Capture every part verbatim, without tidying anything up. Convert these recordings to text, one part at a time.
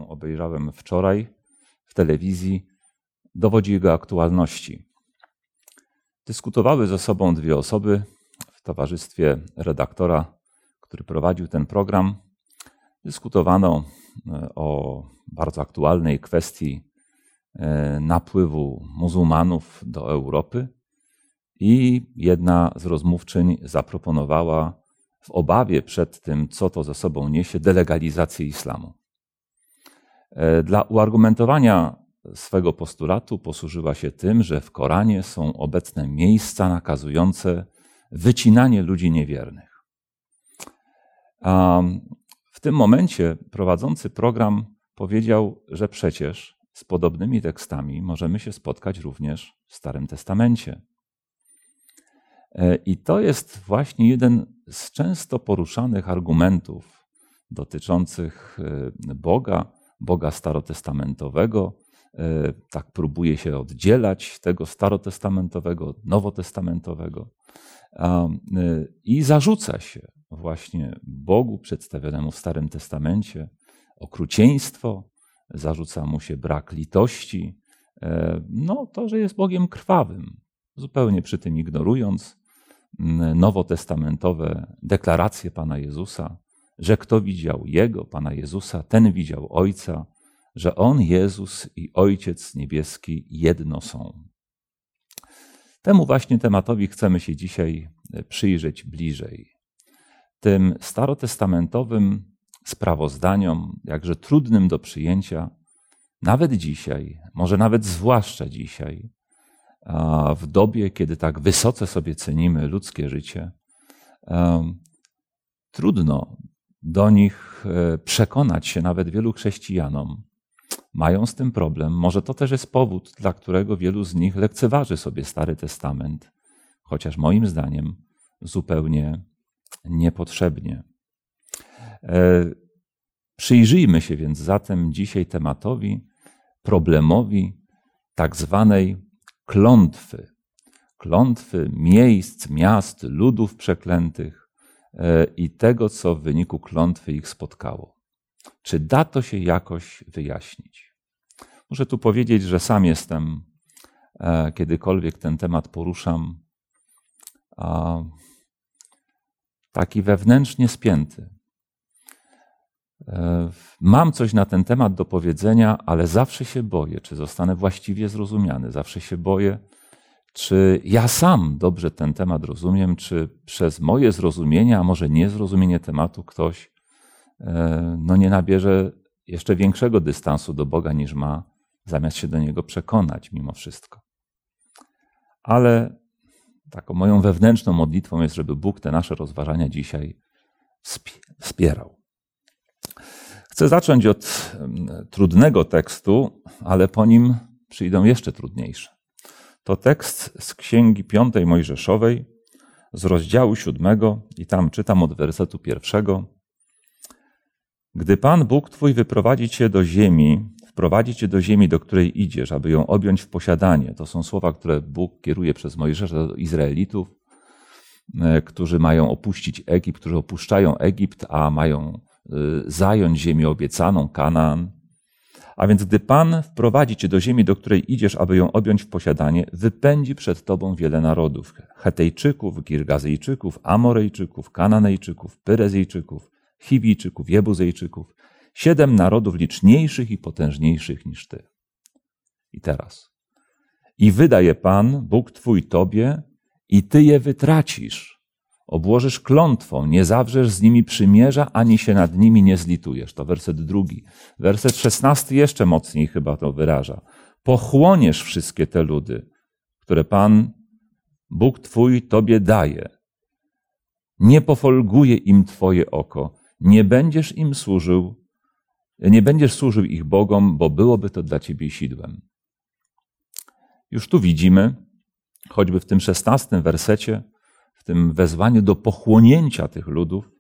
obejrzałem wczoraj w telewizji, dowodzi jego aktualności. Dyskutowały ze sobą dwie osoby w towarzystwie redaktora, który prowadził ten program. Dyskutowano o bardzo aktualnej kwestii napływu muzułmanów do Europy i jedna z rozmówczyń zaproponowała w obawie przed tym, co to ze sobą niesie, delegalizację islamu. Dla uargumentowania swego postulatu posłużyła się tym, że w Koranie są obecne miejsca nakazujące wycinanie ludzi niewiernych. A w tym momencie prowadzący program powiedział, że przecież z podobnymi tekstami możemy się spotkać również w Starym Testamencie. I to jest właśnie jeden z często poruszanych argumentów dotyczących Boga, Boga starotestamentowego. Tak próbuje się oddzielać tego starotestamentowego od nowotestamentowego. I zarzuca się właśnie Bogu przedstawionemu w Starym Testamencie okrucieństwo, zarzuca mu się brak litości, no to, że jest Bogiem krwawym, zupełnie przy tym ignorując nowotestamentowe deklaracje Pana Jezusa, że kto widział Jego, Pana Jezusa, ten widział Ojca, że On, Jezus i Ojciec Niebieski jedno są. Temu właśnie tematowi chcemy się dzisiaj przyjrzeć bliżej. Tym starotestamentowym sprawozdaniom, jakże trudnym do przyjęcia, nawet dzisiaj, może nawet zwłaszcza dzisiaj, w dobie, kiedy tak wysoce sobie cenimy ludzkie życie, trudno do nich przekonać się nawet wielu chrześcijanom. Mają z tym problem. Może to też jest powód, dla którego wielu z nich lekceważy sobie Stary Testament, chociaż moim zdaniem zupełnie niepotrzebnie. Przyjrzyjmy się więc zatem dzisiaj tematowi, problemowi tak zwanej klątwy. Klątwy miejsc, miast, ludów przeklętych i tego, co w wyniku klątwy ich spotkało. Czy da to się jakoś wyjaśnić? Muszę tu powiedzieć, że sam jestem, kiedykolwiek ten temat poruszam, taki wewnętrznie spięty. Mam coś na ten temat do powiedzenia, ale zawsze się boję, czy zostanę właściwie zrozumiany. Zawsze się boję, czy ja sam dobrze ten temat rozumiem, czy przez moje zrozumienie, a może niezrozumienie tematu ktoś no nie nabierze jeszcze większego dystansu do Boga niż ma, zamiast się do Niego przekonać mimo wszystko. Ale taką moją wewnętrzną modlitwą jest, żeby Bóg te nasze rozważania dzisiaj wspierał. Chcę zacząć od trudnego tekstu, ale po nim przyjdą jeszcze trudniejsze. To tekst z Księgi Piątej Mojżeszowej, z rozdziału siódmego i tam czytam od wersetu pierwszego. Gdy Pan Bóg Twój wyprowadzi Cię do ziemi, wprowadzi Cię do ziemi, do której idziesz, aby ją objąć w posiadanie. To są słowa, które Bóg kieruje przez Mojżesza do Izraelitów, którzy mają opuścić Egipt, którzy opuszczają Egipt, a mają zająć ziemię obiecaną, Kanaan. A więc gdy Pan wprowadzi Cię do ziemi, do której idziesz, aby ją objąć w posiadanie, wypędzi przed Tobą wiele narodów. Hetejczyków, Girgazyjczyków, Amorejczyków, Kananejczyków, Pyrezjczyków, Chiwijczyków, Jebuzejczyków. Siedem narodów liczniejszych i potężniejszych niż Ty. I teraz. I wydaje Pan, Bóg Twój Tobie, i Ty je wytracisz. Obłożysz klątwą, nie zawrzesz z nimi przymierza, ani się nad nimi nie zlitujesz. To werset drugi. Werset szesnasty jeszcze mocniej chyba to wyraża. Pochłoniesz wszystkie te ludy, które Pan, Bóg Twój, Tobie daje. Nie pofolguje im Twoje oko. Nie będziesz im służył, nie będziesz służył ich bogom, bo byłoby to dla Ciebie sidłem. Już tu widzimy, choćby w tym szesnastym wersecie, w tym wezwaniu do pochłonięcia tych ludów,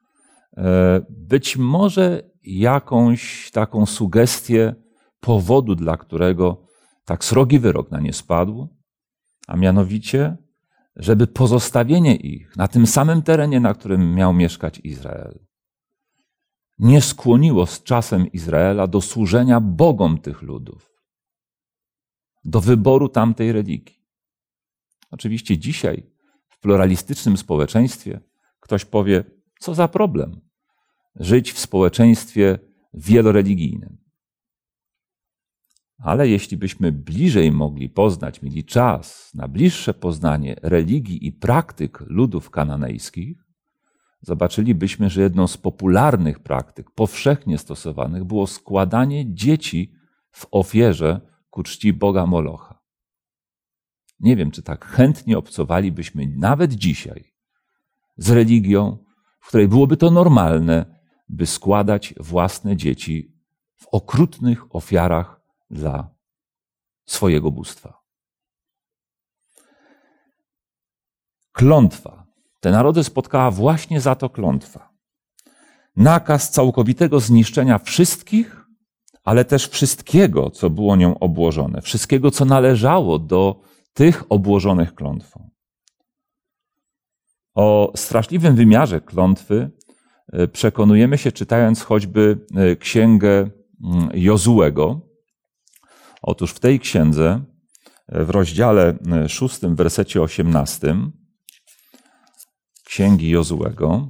być może jakąś taką sugestię powodu, dla którego tak srogi wyrok na nie spadł, a mianowicie, żeby pozostawienie ich na tym samym terenie, na którym miał mieszkać Izrael. nie skłoniło z czasem Izraela do służenia bogom tych ludów, do wyboru tamtej religii. Oczywiście dzisiaj w pluralistycznym społeczeństwie ktoś powie, co za problem żyć w społeczeństwie wieloreligijnym. Ale jeśli byśmy bliżej mogli poznać, mieli czas na bliższe poznanie religii i praktyk ludów kananejskich, zobaczylibyśmy, że jedną z popularnych praktyk, powszechnie stosowanych, było składanie dzieci w ofierze ku czci Boga Molocha. Nie wiem, czy tak chętnie obcowalibyśmy nawet dzisiaj z religią, w której byłoby to normalne, by składać własne dzieci w okrutnych ofiarach dla swojego bóstwa. Klątwa. Te narody spotkała właśnie za to klątwa. Nakaz całkowitego zniszczenia wszystkich, ale też wszystkiego, co było nią obłożone. Wszystkiego, co należało do tych obłożonych klątwą. O straszliwym wymiarze klątwy przekonujemy się, czytając choćby księgę Jozułego. Otóż w tej księdze, w rozdziale szóstym, w wersecie osiemnastym, księgi Jozułego,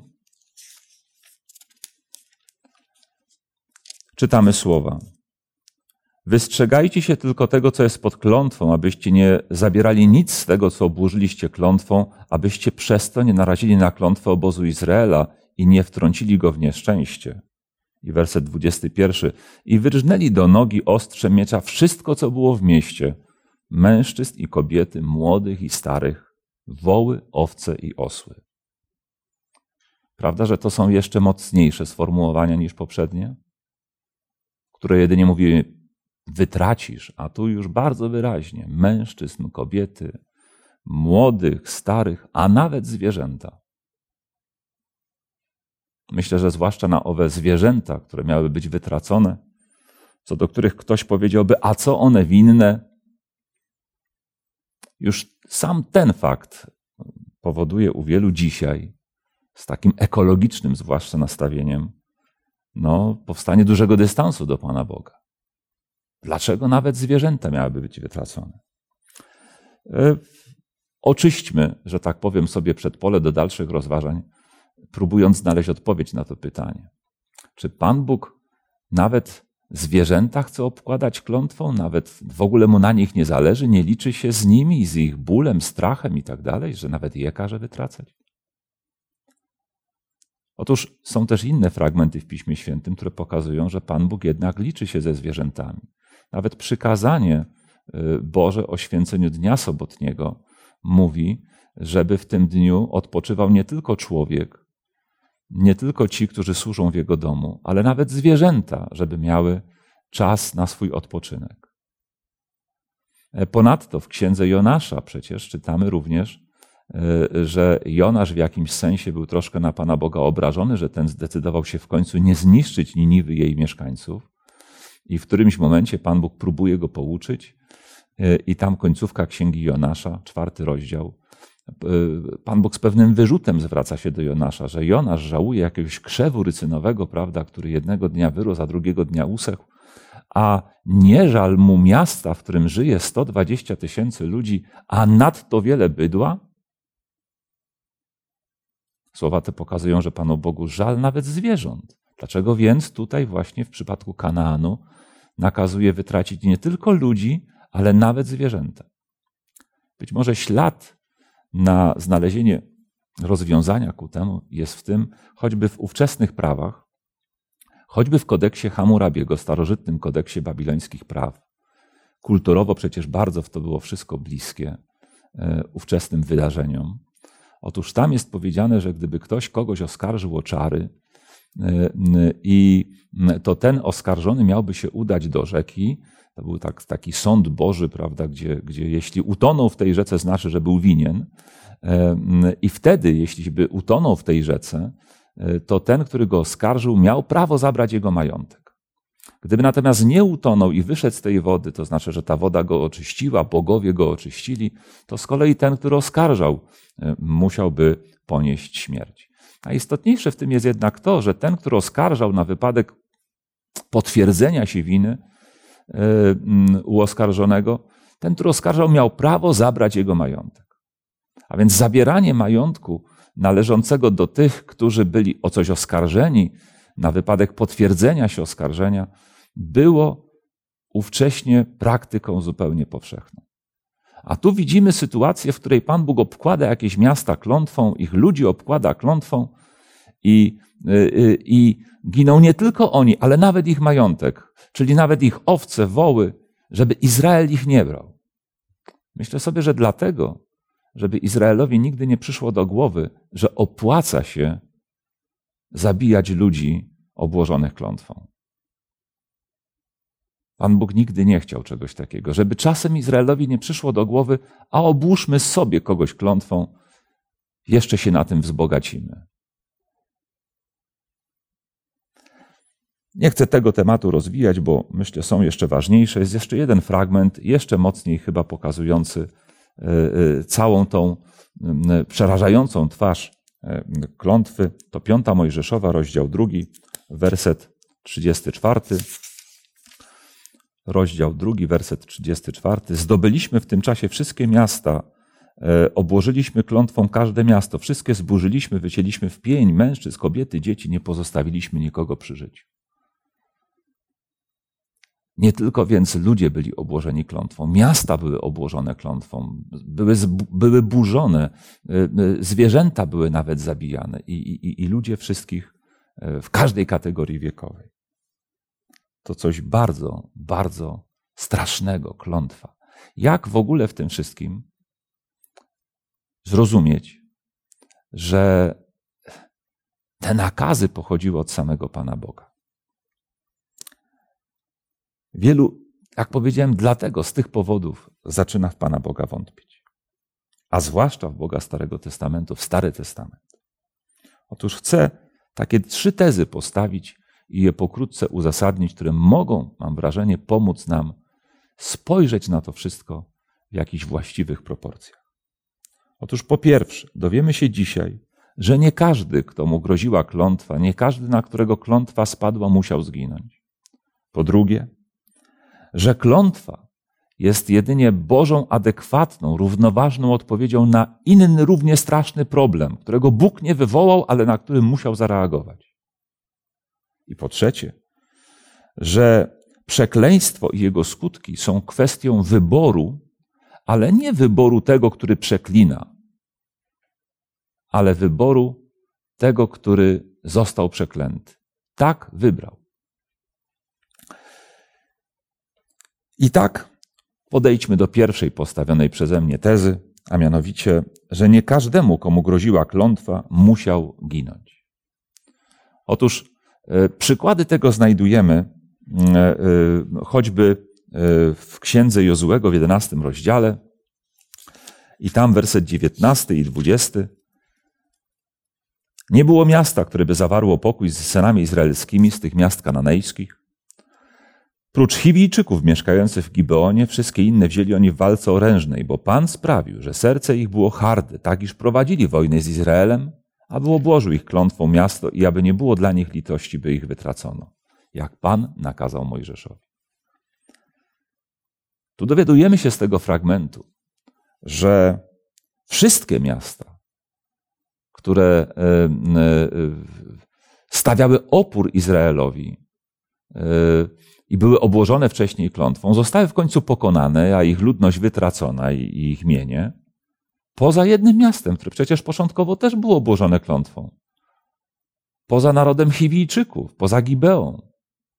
czytamy słowa. Wystrzegajcie się tylko tego, co jest pod klątwą, abyście nie zabierali nic z tego, co obłożyliście klątwą, abyście przez to nie narazili na klątwę obozu Izraela i nie wtrącili go w nieszczęście. I werset dwudziesty pierwszy. I wyrżnęli do nogi ostrzem miecza wszystko, co było w mieście, mężczyzn i kobiety, młodych i starych, woły, owce i osły. Prawda, że to są jeszcze mocniejsze sformułowania niż poprzednie, które jedynie mówi wytracisz, a tu już bardzo wyraźnie mężczyzn, kobiety, młodych, starych, a nawet zwierzęta. Myślę, że zwłaszcza na owe zwierzęta, które miały być wytracone, co do których ktoś powiedziałby, a co one winne? Już sam ten fakt powoduje u wielu dzisiaj, z takim ekologicznym zwłaszcza nastawieniem, no, powstanie dużego dystansu do Pana Boga. Dlaczego nawet zwierzęta miałyby być wytracone? E, oczyśćmy, że tak powiem, sobie przedpole do dalszych rozważań, próbując znaleźć odpowiedź na to pytanie. Czy Pan Bóg nawet zwierzęta chce obkładać klątwą, nawet w ogóle mu na nich nie zależy, nie liczy się z nimi, z ich bólem, strachem i tak dalej, że nawet je każe wytracać? Otóż są też inne fragmenty w Piśmie Świętym, które pokazują, że Pan Bóg jednak liczy się ze zwierzętami. Nawet przykazanie Boże o święceniu dnia sobotniego mówi, żeby w tym dniu odpoczywał nie tylko człowiek, nie tylko ci, którzy służą w jego domu, ale nawet zwierzęta, żeby miały czas na swój odpoczynek. Ponadto w księdze Jonasza przecież czytamy również, że Jonasz w jakimś sensie był troszkę na Pana Boga obrażony, że ten zdecydował się w końcu nie zniszczyć Niniwy i jej mieszkańców. I w którymś momencie Pan Bóg próbuje go pouczyć i tam końcówka księgi Jonasza, czwarty rozdział, Pan Bóg z pewnym wyrzutem zwraca się do Jonasza, że Jonasz żałuje jakiegoś krzewu rycynowego, prawda, który jednego dnia wyrósł, a drugiego dnia usechł, a nie żal mu miasta, w którym żyje sto dwadzieścia tysięcy ludzi, a nadto wiele bydła? Słowa te pokazują, że Panu Bogu żal nawet zwierząt. Dlaczego więc tutaj właśnie w przypadku Kanaanu nakazuje wytracić nie tylko ludzi, ale nawet zwierzęta? Być może ślad na znalezienie rozwiązania ku temu jest w tym, choćby w ówczesnych prawach, choćby w kodeksie Hammurabiego, starożytnym kodeksie babilońskich praw. Kulturowo przecież bardzo w to było wszystko bliskie e, ówczesnym wydarzeniom. Otóż tam jest powiedziane, że gdyby ktoś kogoś oskarżył o czary i to ten oskarżony miałby się udać do rzeki, to był tak, taki sąd Boży, prawda, gdzie, gdzie jeśli utonął w tej rzece, znaczy, że był winien. I wtedy, jeśli by utonął w tej rzece, to ten, który go oskarżył, miał prawo zabrać jego majątek. Gdyby natomiast nie utonął i wyszedł z tej wody, to znaczy, że ta woda go oczyściła, bogowie go oczyścili, to z kolei ten, który oskarżał, musiałby ponieść śmierć. A istotniejsze w tym jest jednak to, że ten, który oskarżał na wypadek potwierdzenia się winy u oskarżonego, ten, który oskarżał, miał prawo zabrać jego majątek. A więc zabieranie majątku należącego do tych, którzy byli o coś oskarżeni na wypadek potwierdzenia się oskarżenia, było ówcześnie praktyką zupełnie powszechną. A tu widzimy sytuację, w której Pan Bóg obkłada jakieś miasta klątwą, ich ludzi obkłada klątwą i, i, i giną nie tylko oni, ale nawet ich majątek, czyli nawet ich owce, woły, żeby Izrael ich nie brał. Myślę sobie, że dlatego, żeby Izraelowi nigdy nie przyszło do głowy, że opłaca się zabijać ludzi obłożonych klątwą. Pan Bóg nigdy nie chciał czegoś takiego, żeby czasem Izraelowi nie przyszło do głowy, a obłóżmy sobie kogoś klątwą, jeszcze się na tym wzbogacimy. Nie chcę tego tematu rozwijać, bo myślę, są jeszcze ważniejsze. Jest jeszcze jeden fragment, jeszcze mocniej chyba pokazujący całą tą przerażającą twarz klątwy. To piąta Mojżeszowa, rozdział drugi, werset trzydziesty czwarty. Rozdział drugi, werset trzydziesty czwarty. Zdobyliśmy w tym czasie wszystkie miasta, obłożyliśmy klątwą każde miasto, wszystkie zburzyliśmy, wycięliśmy w pień mężczyzn, kobiety, dzieci, nie pozostawiliśmy nikogo przy życiu. Nie tylko więc ludzie byli obłożeni klątwą, miasta były obłożone klątwą, były, były burzone, zwierzęta były nawet zabijane i, i, i ludzie wszystkich w każdej kategorii wiekowej. To coś bardzo, bardzo strasznego, klątwa. Jak w ogóle w tym wszystkim zrozumieć, że te nakazy pochodziły od samego Pana Boga? Wielu, jak powiedziałem, dlatego z tych powodów zaczyna w Pana Boga wątpić. A zwłaszcza w Boga Starego Testamentu, w Stary Testament. Otóż chcę takie trzy tezy postawić i je pokrótce uzasadnić, które mogą, mam wrażenie, pomóc nam spojrzeć na to wszystko w jakichś właściwych proporcjach. Otóż po pierwsze, dowiemy się dzisiaj, że nie każdy, kto mu groziła klątwa, nie każdy, na którego klątwa spadła, musiał zginąć. Po drugie, że klątwa jest jedynie Bożą adekwatną, równoważną odpowiedzią na inny, równie straszny problem, którego Bóg nie wywołał, ale na który musiał zareagować. I po trzecie, że przekleństwo i jego skutki są kwestią wyboru, ale nie wyboru tego, który przeklina, ale wyboru tego, który został przeklęty. Tak wybrał. I tak podejdźmy do pierwszej postawionej przeze mnie tezy, a mianowicie, że nie każdemu, komu groziła klątwa, musiał ginąć. Otóż e, przykłady tego znajdujemy e, e, choćby e, w Księdze Jozułego w jedenastym rozdziale i tam werset dziewiętnasty i dwudziesty. Nie było miasta, które by zawarło pokój z synami izraelskimi z tych miast kananejskich. Prócz Chiwijczyków mieszkających w Gibeonie, wszystkie inne wzięli oni w walce orężnej, bo Pan sprawił, że serce ich było harde, tak iż prowadzili wojnę z Izraelem, aby obłożył ich klątwą miasto i aby nie było dla nich litości, by ich wytracono, jak Pan nakazał Mojżeszowi. Tu dowiadujemy się z tego fragmentu, że wszystkie miasta, które stawiały opór Izraelowi i były obłożone wcześniej klątwą, zostały w końcu pokonane, a ich ludność wytracona i ich mienie, poza jednym miastem, które przecież początkowo też było obłożone klątwą. Poza narodem Chiwijczyków, poza Gibeą.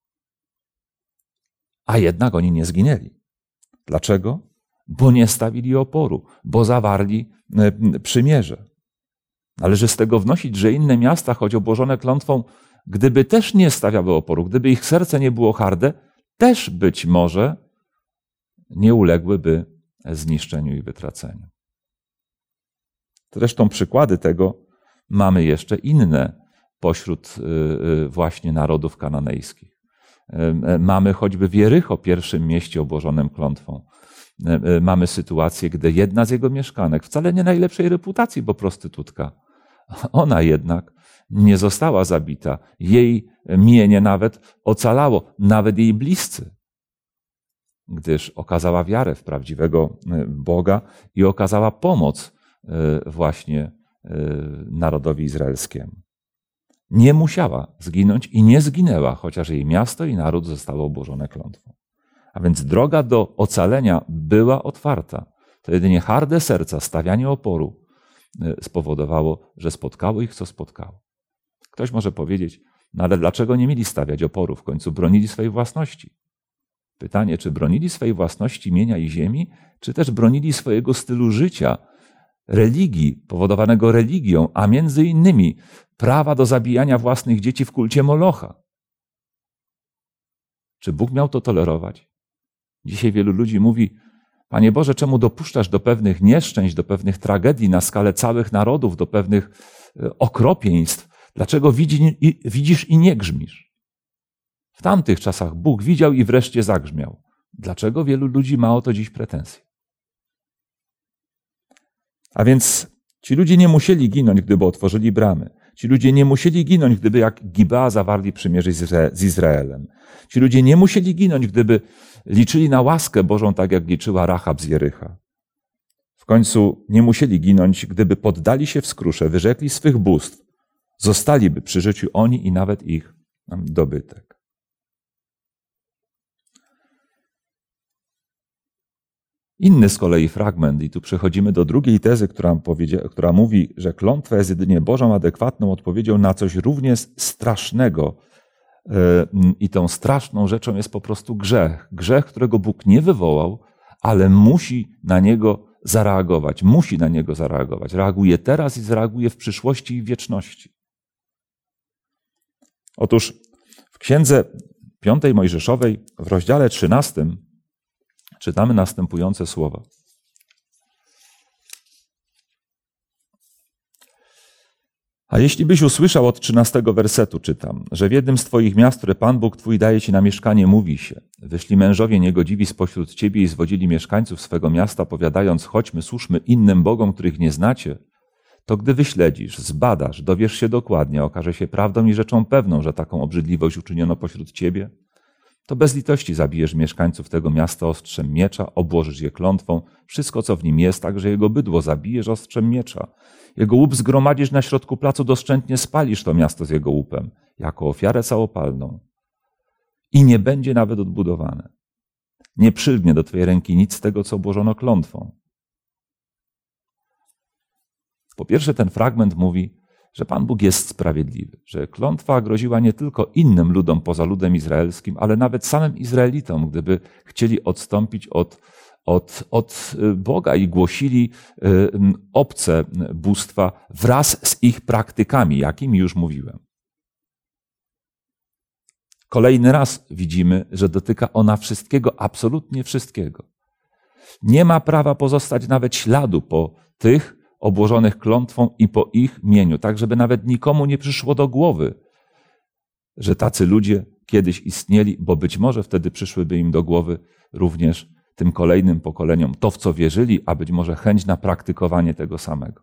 A jednak oni nie zginęli. Dlaczego? Bo nie stawili oporu, bo zawarli przymierze. Należy z tego wnosić, że inne miasta, choć obłożone klątwą, gdyby też nie stawiały oporu, gdyby ich serce nie było harde, też być może nie uległyby zniszczeniu i wytraceniu. Zresztą przykłady tego mamy jeszcze inne pośród właśnie narodów kananejskich. Mamy choćby w Jericho, pierwszym mieście obłożonym klątwą. Mamy sytuację, gdy jedna z jego mieszkanek, wcale nie najlepszej reputacji, bo prostytutka, ona jednak nie została zabita. Jej mienie nawet ocalało, nawet jej bliscy, gdyż okazała wiarę w prawdziwego Boga i okazała pomoc właśnie narodowi izraelskiemu. Nie musiała zginąć i nie zginęła, chociaż jej miasto i naród zostały obłożone klątwą. A więc droga do ocalenia była otwarta. To jedynie harde serca, stawianie oporu spowodowało, że spotkało ich, co spotkało. Ktoś może powiedzieć, no ale dlaczego nie mieli stawiać oporu? W końcu bronili swojej własności. Pytanie, czy bronili swojej własności mienia i ziemi, czy też bronili swojego stylu życia, religii, powodowanego religią, a między innymi prawa do zabijania własnych dzieci w kulcie Molocha. Czy Bóg miał to tolerować? Dzisiaj wielu ludzi mówi, Panie Boże, czemu dopuszczasz do pewnych nieszczęść, do pewnych tragedii na skalę całych narodów, do pewnych okropieństw? Dlaczego widzisz i nie grzmisz? W tamtych czasach Bóg widział i wreszcie zagrzmiał. Dlaczego wielu ludzi ma o to dziś pretensje? A więc ci ludzie nie musieli ginąć, gdyby otworzyli bramy. Ci ludzie nie musieli ginąć, gdyby jak Gibea zawarli przymierze z Izraelem. Ci ludzie nie musieli ginąć, gdyby liczyli na łaskę Bożą, tak jak liczyła Rahab z Jericha. W końcu nie musieli ginąć, gdyby poddali się w skrusze, wyrzekli swych bóstw. Zostaliby przy życiu oni i nawet ich dobytek. Inny z kolei fragment, i tu przechodzimy do drugiej tezy, która, która mówi, że klątwa jest jedynie Bożą adekwatną odpowiedzią na coś równie strasznego. I tą straszną rzeczą jest po prostu grzech. Grzech, którego Bóg nie wywołał, ale musi na niego zareagować. Musi na niego zareagować. Reaguje teraz i zareaguje w przyszłości i w wieczności. Otóż w księdze piątej Mojżeszowej w rozdziale trzynastym czytamy następujące słowa. A jeśli byś usłyszał od trzynastego wersetu, czytam, że w jednym z twoich miast, które Pan Bóg twój daje ci na mieszkanie, mówi się, wyszli mężowie niegodziwi spośród ciebie i zwodzili mieszkańców swego miasta, powiadając, chodźmy, służmy innym bogom, których nie znacie, to gdy wyśledzisz, zbadasz, dowiesz się dokładnie, okaże się prawdą i rzeczą pewną, że taką obrzydliwość uczyniono pośród ciebie, to bez litości zabijesz mieszkańców tego miasta ostrzem miecza, obłożysz je klątwą, wszystko co w nim jest, także jego bydło zabijesz ostrzem miecza. Jego łup zgromadzisz na środku placu, doszczętnie spalisz to miasto z jego łupem, jako ofiarę całopalną. I nie będzie nawet odbudowane. Nie przylgnie do twojej ręki nic z tego, co obłożono klątwą. Po pierwsze, ten fragment mówi, że Pan Bóg jest sprawiedliwy, że klątwa groziła nie tylko innym ludom poza ludem izraelskim, ale nawet samym Izraelitom, gdyby chcieli odstąpić od, od, od Boga i głosili obce bóstwa wraz z ich praktykami, jakimi już mówiłem. Kolejny raz widzimy, że dotyka ona wszystkiego, absolutnie wszystkiego. Nie ma prawa pozostać nawet śladu po tych obłożonych klątwą i po ich mieniu, tak żeby nawet nikomu nie przyszło do głowy, że tacy ludzie kiedyś istnieli, bo być może wtedy przyszłyby im do głowy również tym kolejnym pokoleniom to, w co wierzyli, a być może chęć na praktykowanie tego samego.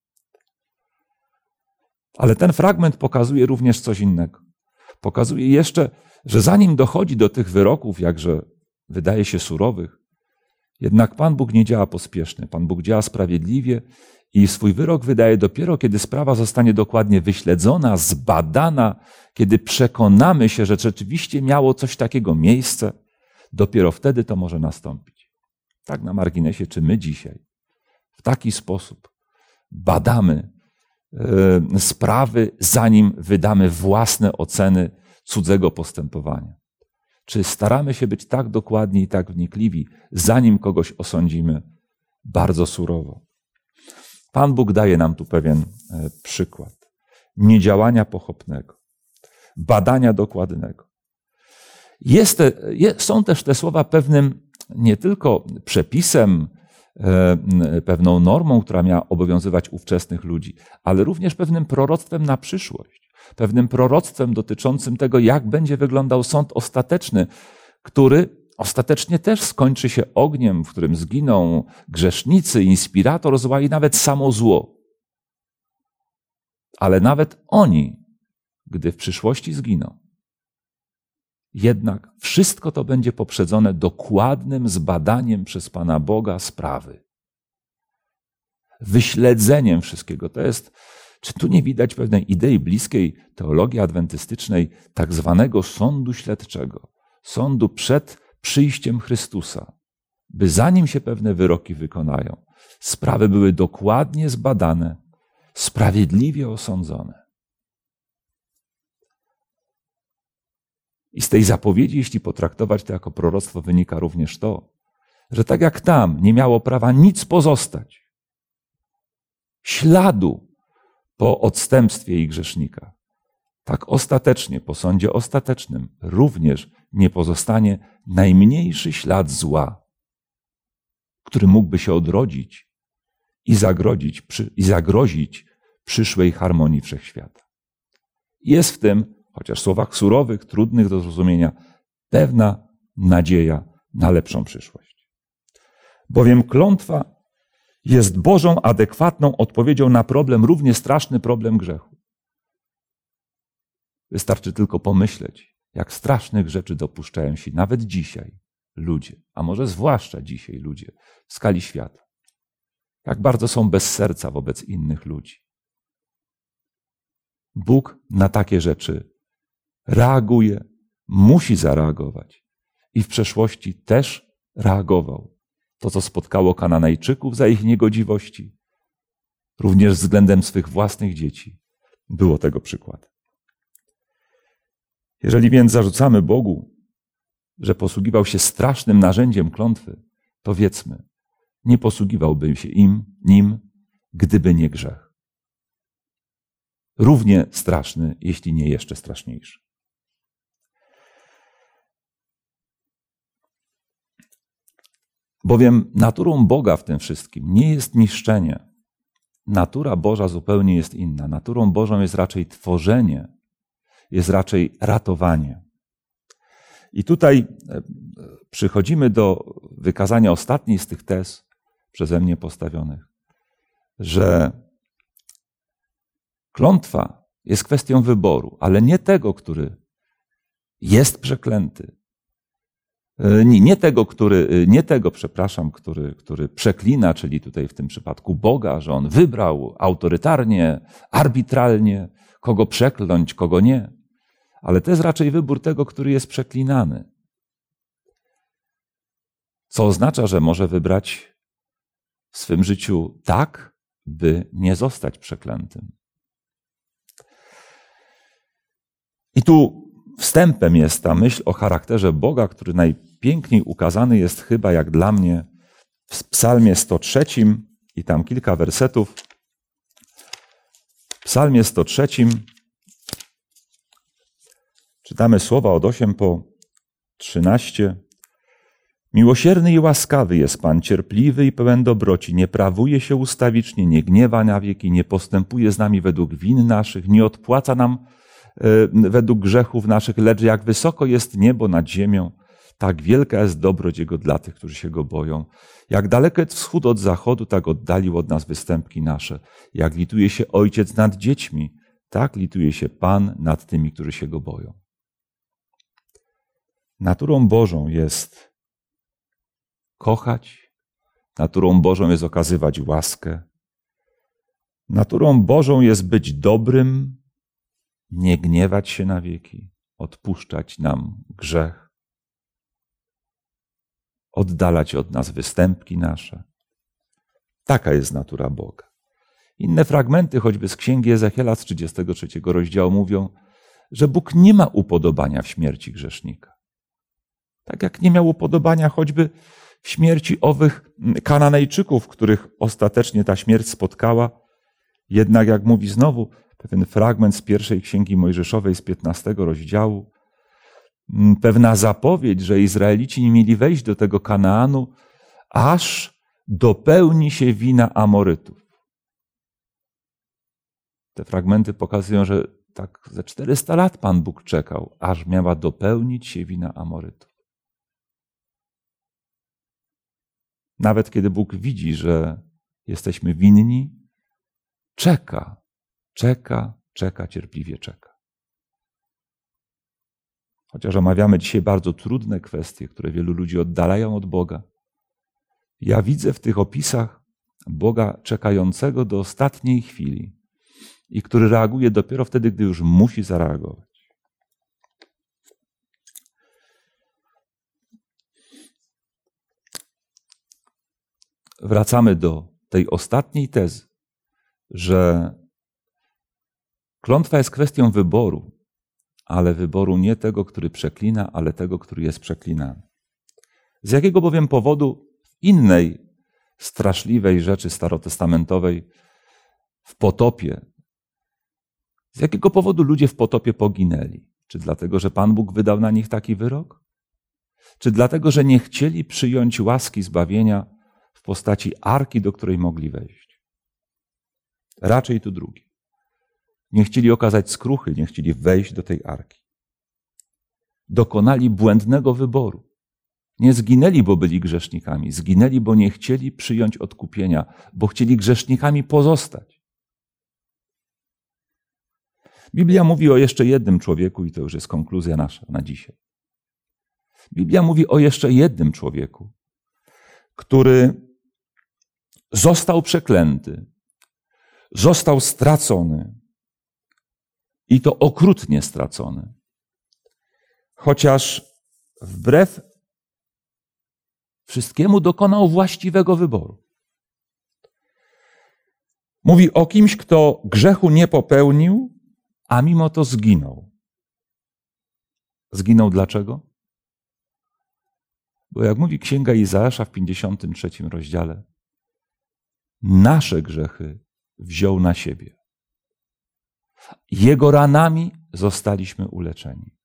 Ale ten fragment pokazuje również coś innego. Pokazuje jeszcze, że zanim dochodzi do tych wyroków, jakże wydaje się surowych, jednak Pan Bóg nie działa pospiesznie. Pan Bóg działa sprawiedliwie i swój wyrok wydaje dopiero, kiedy sprawa zostanie dokładnie wyśledzona, zbadana, kiedy przekonamy się, że rzeczywiście miało coś takiego miejsce, dopiero wtedy to może nastąpić. Tak na marginesie, czy my dzisiaj w taki sposób badamy yy, sprawy, zanim wydamy własne oceny cudzego postępowania? Czy staramy się być tak dokładni i tak wnikliwi, zanim kogoś osądzimy bardzo surowo? Pan Bóg daje nam tu pewien przykład niedziałania pochopnego, badania dokładnego. Jest te, są też te słowa pewnym nie tylko przepisem, pewną normą, która miała obowiązywać ówczesnych ludzi, ale również pewnym proroctwem na przyszłość. Pewnym proroctwem dotyczącym tego, jak będzie wyglądał sąd ostateczny, który ostatecznie też skończy się ogniem, w którym zginą grzesznicy, inspirator zła i nawet samo zło. Ale nawet oni gdy w przyszłości zginą, jednak wszystko to będzie poprzedzone dokładnym zbadaniem przez Pana Boga sprawy. Wyśledzeniem wszystkiego. To jest, czy tu nie widać pewnej idei bliskiej teologii adwentystycznej, tak zwanego sądu śledczego, sądu przed przyjściem Chrystusa, by zanim się pewne wyroki wykonają, sprawy były dokładnie zbadane, sprawiedliwie osądzone. I z tej zapowiedzi, jeśli potraktować to jako proroctwo, wynika również to, że tak jak tam nie miało prawa nic pozostać, śladu po odstępstwie i grzesznikach, tak ostatecznie, po sądzie ostatecznym, również nie pozostanie najmniejszy ślad zła, który mógłby się odrodzić i zagrozić, i zagrozić przyszłej harmonii wszechświata. Jest w tym, chociaż w słowach surowych, trudnych do zrozumienia, pewna nadzieja na lepszą przyszłość. Bowiem klątwa jest Bożą adekwatną odpowiedzią na problem, równie straszny problem grzechu. Wystarczy tylko pomyśleć, jak strasznych rzeczy dopuszczają się nawet dzisiaj ludzie, a może zwłaszcza dzisiaj ludzie w skali świata. Jak bardzo są bez serca wobec innych ludzi. Bóg na takie rzeczy reaguje, musi zareagować i w przeszłości też reagował. To, co spotkało Kananejczyków za ich niegodziwości, również względem swych własnych dzieci, było tego przykładem. Jeżeli więc zarzucamy Bogu, że posługiwał się strasznym narzędziem klątwy, to wiedzmy, nie posługiwałby się im, nim, gdyby nie grzech. Równie straszny, jeśli nie jeszcze straszniejszy. Bowiem naturą Boga w tym wszystkim nie jest niszczenie. Natura Boża zupełnie jest inna. Naturą Bożą jest raczej tworzenie, jest raczej ratowanie. I tutaj przychodzimy do wykazania ostatniej z tych tez przeze mnie postawionych, że klątwa jest kwestią wyboru, ale nie tego, który jest przeklęty. Nie, nie tego, który, nie tego, przepraszam, który, który przeklina, czyli tutaj w tym przypadku Boga, że on wybrał autorytarnie, arbitralnie, kogo przekląć, kogo nie. Ale to jest raczej wybór tego, który jest przeklinany. Co oznacza, że może wybrać w swym życiu tak, by nie zostać przeklętym. I tu wstępem jest ta myśl o charakterze Boga, który najpiękniej ukazany jest chyba, jak dla mnie, w psalmie sto trzecim i tam kilka wersetów. W psalmie sto trzecim czytamy słowa od osiem po trzynaście. Miłosierny i łaskawy jest Pan, cierpliwy i pełen dobroci, nie prawuje się ustawicznie, nie gniewa na wieki, nie postępuje z nami według win naszych, nie odpłaca nam według grzechów naszych, lecz jak wysoko jest niebo nad ziemią, tak wielka jest dobroć Jego dla tych, którzy się Go boją. Jak daleko jest wschód od zachodu, tak oddalił od nas występki nasze. Jak lituje się Ojciec nad dziećmi, tak lituje się Pan nad tymi, którzy się Go boją. Naturą Bożą jest kochać, naturą Bożą jest okazywać łaskę, naturą Bożą jest być dobrym, nie gniewać się na wieki, odpuszczać nam grzech, oddalać od nas występki nasze. Taka jest natura Boga. Inne fragmenty, choćby z Księgi Ezechiela z trzydziestego trzeciego rozdziału mówią, że Bóg nie ma upodobania w śmierci grzesznika. Tak jak nie miał upodobania choćby w śmierci owych Kananejczyków, których ostatecznie ta śmierć spotkała. Jednak, jak mówi znowu pewien fragment z pierwszej Księgi Mojżeszowej z piętnastego rozdziału, pewna zapowiedź, że Izraelici nie mieli wejść do tego Kanaanu, aż dopełni się wina Amorytów. Te fragmenty pokazują, że tak ze czterysta lat Pan Bóg czekał, aż miała dopełnić się wina Amorytów. Nawet kiedy Bóg widzi, że jesteśmy winni, czeka, czeka, czeka, cierpliwie czeka. chociaż omawiamy dzisiaj bardzo trudne kwestie, które wielu ludzi oddalają od Boga, ja widzę w tych opisach Boga czekającego do ostatniej chwili i który reaguje dopiero wtedy, gdy już musi zareagować. Wracamy do tej ostatniej tezy, że klątwa jest kwestią wyboru, ale wyboru nie tego, który przeklina, ale tego, który jest przeklinany. Z jakiego bowiem powodu w innej straszliwej rzeczy starotestamentowej, w potopie, z jakiego powodu ludzie w potopie poginęli? Czy dlatego, że Pan Bóg wydał na nich taki wyrok? Czy dlatego, że nie chcieli przyjąć łaski zbawienia w postaci arki, do której mogli wejść? Raczej to drugie. Nie chcieli okazać skruchy, nie chcieli wejść do tej arki. Dokonali błędnego wyboru. Nie zginęli, bo byli grzesznikami. Zginęli, bo nie chcieli przyjąć odkupienia, bo chcieli grzesznikami pozostać. Biblia mówi o jeszcze jednym człowieku i to już jest konkluzja nasza na dzisiaj. Biblia mówi o jeszcze jednym człowieku, który został przeklęty, został stracony i to okrutnie stracony. Chociaż wbrew wszystkiemu dokonał właściwego wyboru. Mówi o kimś, kto grzechu nie popełnił, a mimo to zginął. Zginął dlaczego? Bo jak mówi Księga Izajasza w pięćdziesiątym trzecim rozdziale, nasze grzechy wziął na siebie. Jego ranami zostaliśmy uleczeni.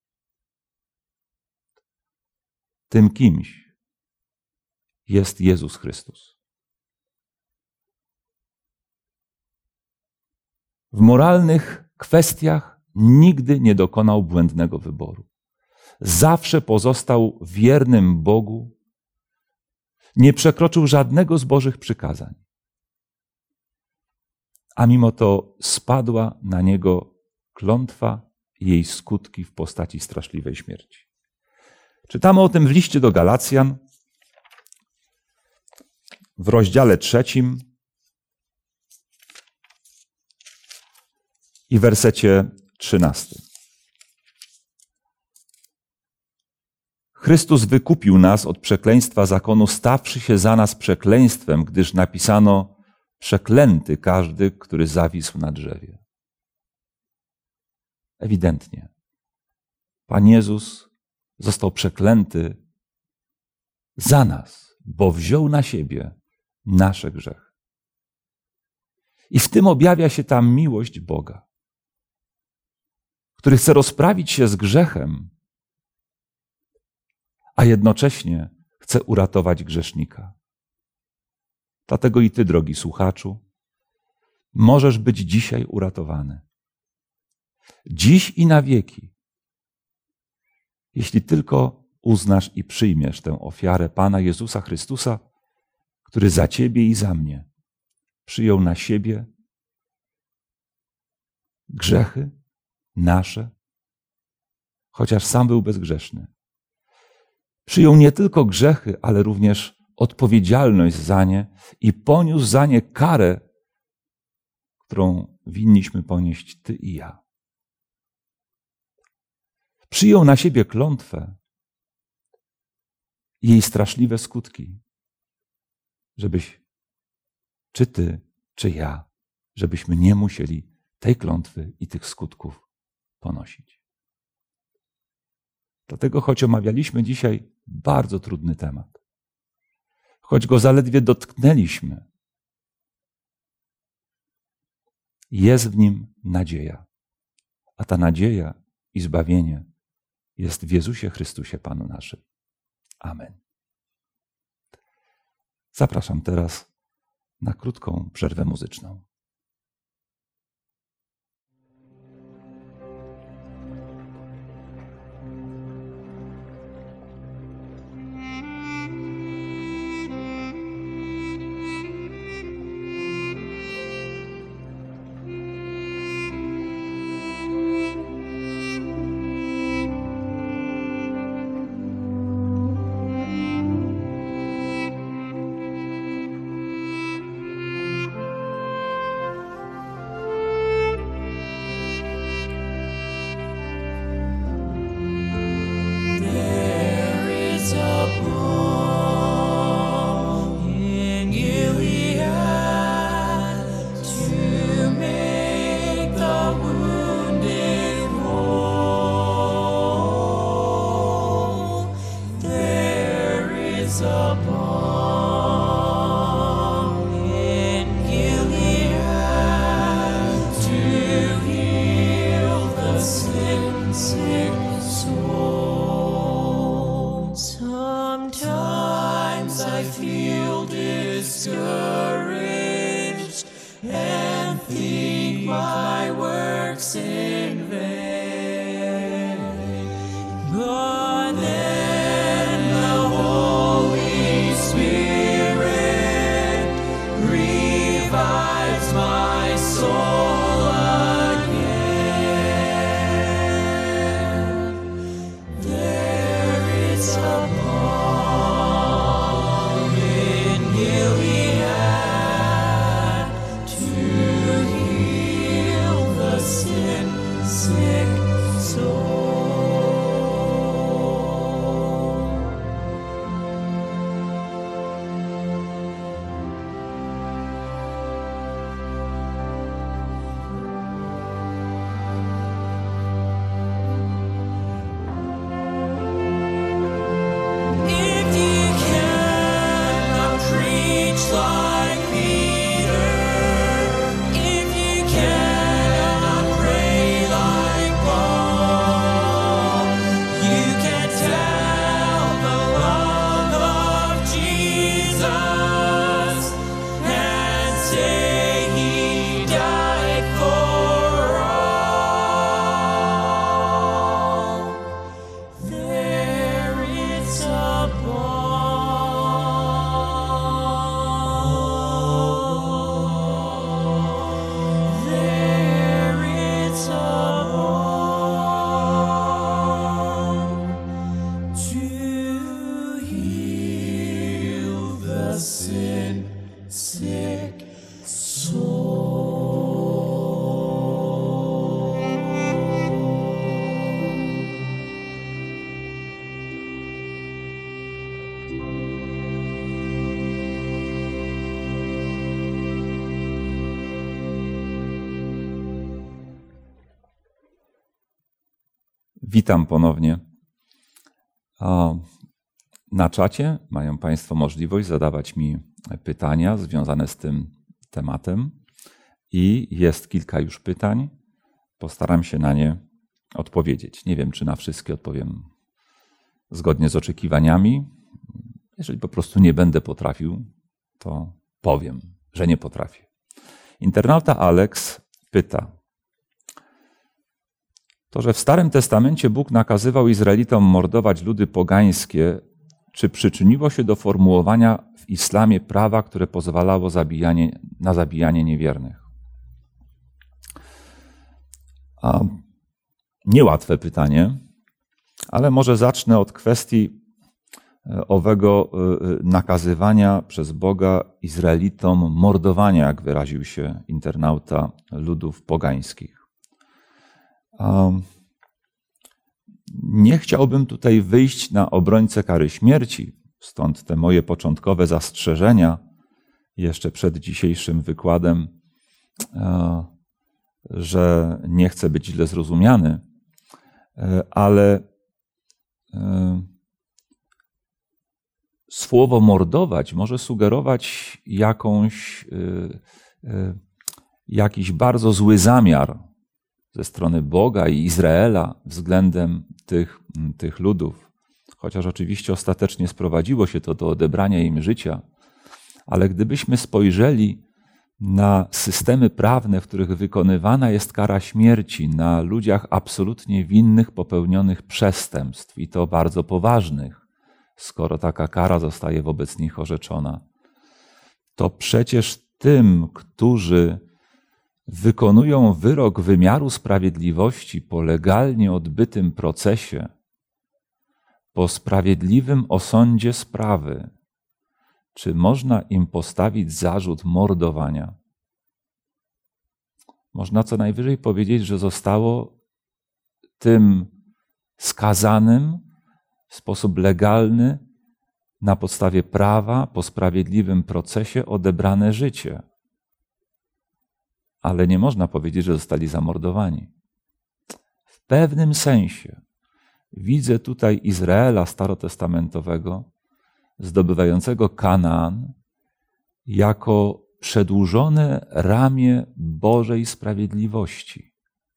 Tym kimś jest Jezus Chrystus. W moralnych kwestiach nigdy nie dokonał błędnego wyboru. Zawsze pozostał wiernym Bogu, nie przekroczył żadnego z Bożych przykazań. A mimo to spadła na niego klątwa i jej skutki w postaci straszliwej śmierci. Czytamy o tym w liście do Galacjan w rozdziale trzecim i wersecie trzynastym. Chrystus wykupił nas od przekleństwa zakonu, stawszy się za nas przekleństwem, gdyż napisano: przeklęty każdy, który zawisł na drzewie. Ewidentnie. Pan Jezus został przeklęty za nas, bo wziął na siebie nasze grzechy. I w tym objawia się ta miłość Boga, który chce rozprawić się z grzechem, a jednocześnie chce uratować grzesznika. Dlatego i ty, drogi słuchaczu, możesz być dzisiaj uratowany. Dziś i na wieki. Jeśli tylko uznasz i przyjmiesz tę ofiarę Pana Jezusa Chrystusa, który za ciebie i za mnie przyjął na siebie grzechy nasze, chociaż sam był bezgrzeszny. Przyjął nie tylko grzechy, ale również odpowiedzialność za nie i poniósł za nie karę, którą winniśmy ponieść ty i ja. Przyjął na siebie klątwę i jej straszliwe skutki, żebyś, czy ty, czy ja, żebyśmy nie musieli tej klątwy i tych skutków ponosić. Dlatego, choć omawialiśmy dzisiaj bardzo trudny temat, choć go zaledwie dotknęliśmy, jest w nim nadzieja. A ta nadzieja i zbawienie jest w Jezusie Chrystusie, Panu naszym. Amen. Zapraszam teraz na krótką przerwę muzyczną. is a balm in Gilead to heal the sin sick soul. Sometimes I feel discouraged and think my work's in vain. But then the Holy Spirit revives my soul again. There is a balm in Gilead to heal the sin sick soul. If you cannot preach like Peter, if you cannot pray like Paul, you can tell the love of Jesus and say he died for all. There is a balm. There is a balm to heal the sin sick soul. Witam ponownie. A Na czacie mają Państwo możliwość zadawać mi pytania związane z tym tematem i jest kilka już pytań. Postaram się na nie odpowiedzieć. Nie wiem, czy na wszystkie odpowiem zgodnie z oczekiwaniami. Jeżeli po prostu nie będę potrafił, to powiem, że nie potrafię. Internauta Alex pyta: to, że w Starym Testamencie Bóg nakazywał Izraelitom mordować ludy pogańskie, czy przyczyniło się do formułowania w islamie prawa, które pozwalało zabijanie, na zabijanie niewiernych? A niełatwe pytanie, ale może zacznę od kwestii owego nakazywania przez Boga Izraelitom mordowania, jak wyraził się internauta, ludów pogańskich. Nie chciałbym tutaj wyjść na obrońcę kary śmierci, stąd te moje początkowe zastrzeżenia jeszcze przed dzisiejszym wykładem, że nie chcę być źle zrozumiany, ale słowo mordować może sugerować jakąś, jakiś bardzo zły zamiar ze strony Boga i Izraela względem tych, tych ludów. Chociaż oczywiście ostatecznie sprowadziło się to do odebrania im życia, ale gdybyśmy spojrzeli na systemy prawne, w których wykonywana jest kara śmierci na ludziach absolutnie winnych popełnionych przestępstw, i to bardzo poważnych, skoro taka kara zostaje wobec nich orzeczona, to przecież tym, którzy wykonują wyrok wymiaru sprawiedliwości po legalnie odbytym procesie, po sprawiedliwym osądzie sprawy, czy można im postawić zarzut mordowania? Można co najwyżej powiedzieć, że zostało tym skazanym w sposób legalny, na podstawie prawa, po sprawiedliwym procesie odebrane życie. Ale nie można powiedzieć, że zostali zamordowani. W pewnym sensie widzę tutaj Izraela starotestamentowego zdobywającego Kanaan jako przedłużone ramię Bożej sprawiedliwości.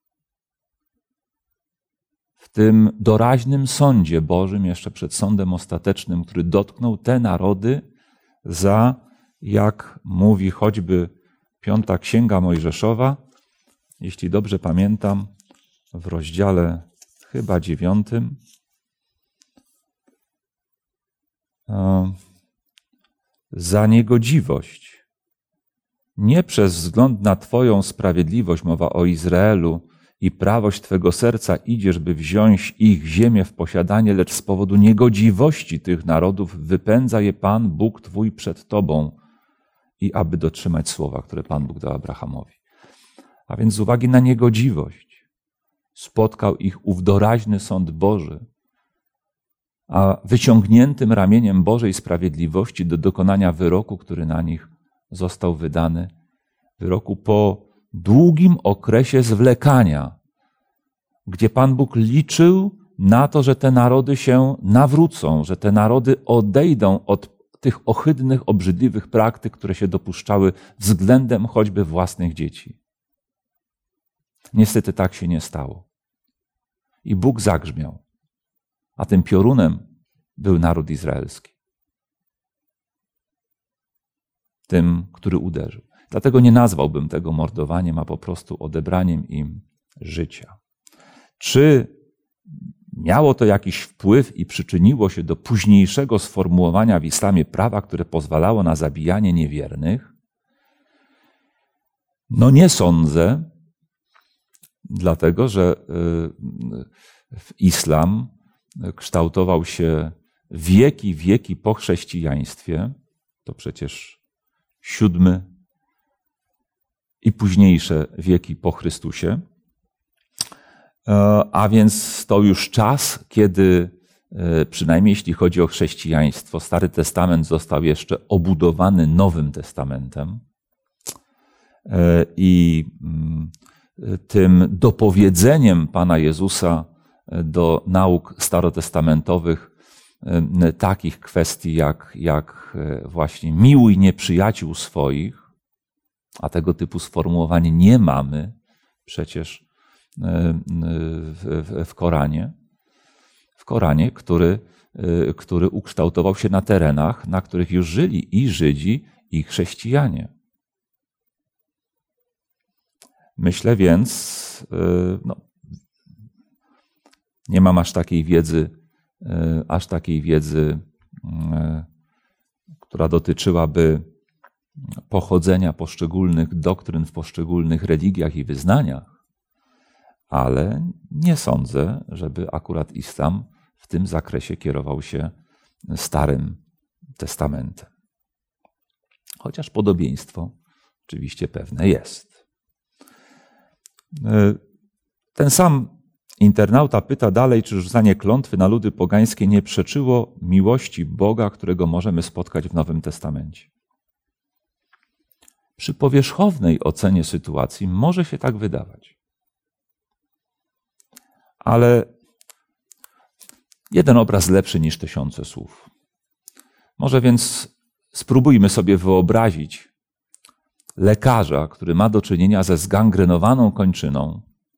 W tym doraźnym sądzie Bożym, jeszcze przed sądem ostatecznym, który dotknął te narody za, jak mówi choćby Piąta Księga Mojżeszowa, jeśli dobrze pamiętam, w rozdziale chyba dziewiątym, za niegodziwość. Nie przez wzgląd na Twoją sprawiedliwość, mowa o Izraelu, i prawość Twego serca idziesz, by wziąć ich ziemię w posiadanie, lecz z powodu niegodziwości tych narodów wypędza je Pan, Bóg Twój przed Tobą i aby dotrzymać słowa, które Pan Bóg dał Abrahamowi. A więc z uwagi na niegodziwość spotkał ich ów doraźny sąd Boży, a wyciągniętym ramieniem Bożej sprawiedliwości do dokonania wyroku, który na nich został wydany, wyroku po długim okresie zwlekania, gdzie Pan Bóg liczył na to, że te narody się nawrócą, że te narody odejdą od tych ohydnych, obrzydliwych praktyk, które się dopuszczały względem choćby własnych dzieci. Niestety tak się nie stało. I Bóg zagrzmiał, a tym piorunem był naród izraelski. Tym, który uderzył. Dlatego nie nazwałbym tego mordowaniem, a po prostu odebraniem im życia. Czy miało to jakiś wpływ i przyczyniło się do późniejszego sformułowania w islamie prawa, które pozwalało na zabijanie niewiernych? No nie sądzę, dlatego że islam kształtował się wieki, wieki po chrześcijaństwie. To przecież siódmy i późniejsze wieki po Chrystusie. A więc to już czas, kiedy, przynajmniej jeśli chodzi o chrześcijaństwo, Stary Testament został jeszcze obudowany Nowym Testamentem. I tym dopowiedzeniem Pana Jezusa do nauk starotestamentowych takich kwestii jak, jak właśnie miłuj nieprzyjaciół swoich, a tego typu sformułowanie nie mamy przecież w, w, w Koranie, w Koranie, który, który ukształtował się na terenach, na których już żyli i Żydzi, i chrześcijanie. Myślę więc, no, nie mam aż takiej wiedzy, aż takiej wiedzy, która dotyczyłaby pochodzenia poszczególnych doktryn w poszczególnych religiach i wyznaniach, ale nie sądzę, żeby akurat islam w tym zakresie kierował się Starym Testamentem. Chociaż podobieństwo oczywiście pewne jest. Ten sam internauta pyta dalej, czy rzucanie klątwy na ludy pogańskie nie przeczyło miłości Boga, którego możemy spotkać w Nowym Testamencie. Przy powierzchownej ocenie sytuacji może się tak wydawać. Ale jeden obraz lepszy niż tysiące słów. Może więc spróbujmy sobie wyobrazić lekarza, który ma do czynienia ze zgangrenowaną kończyną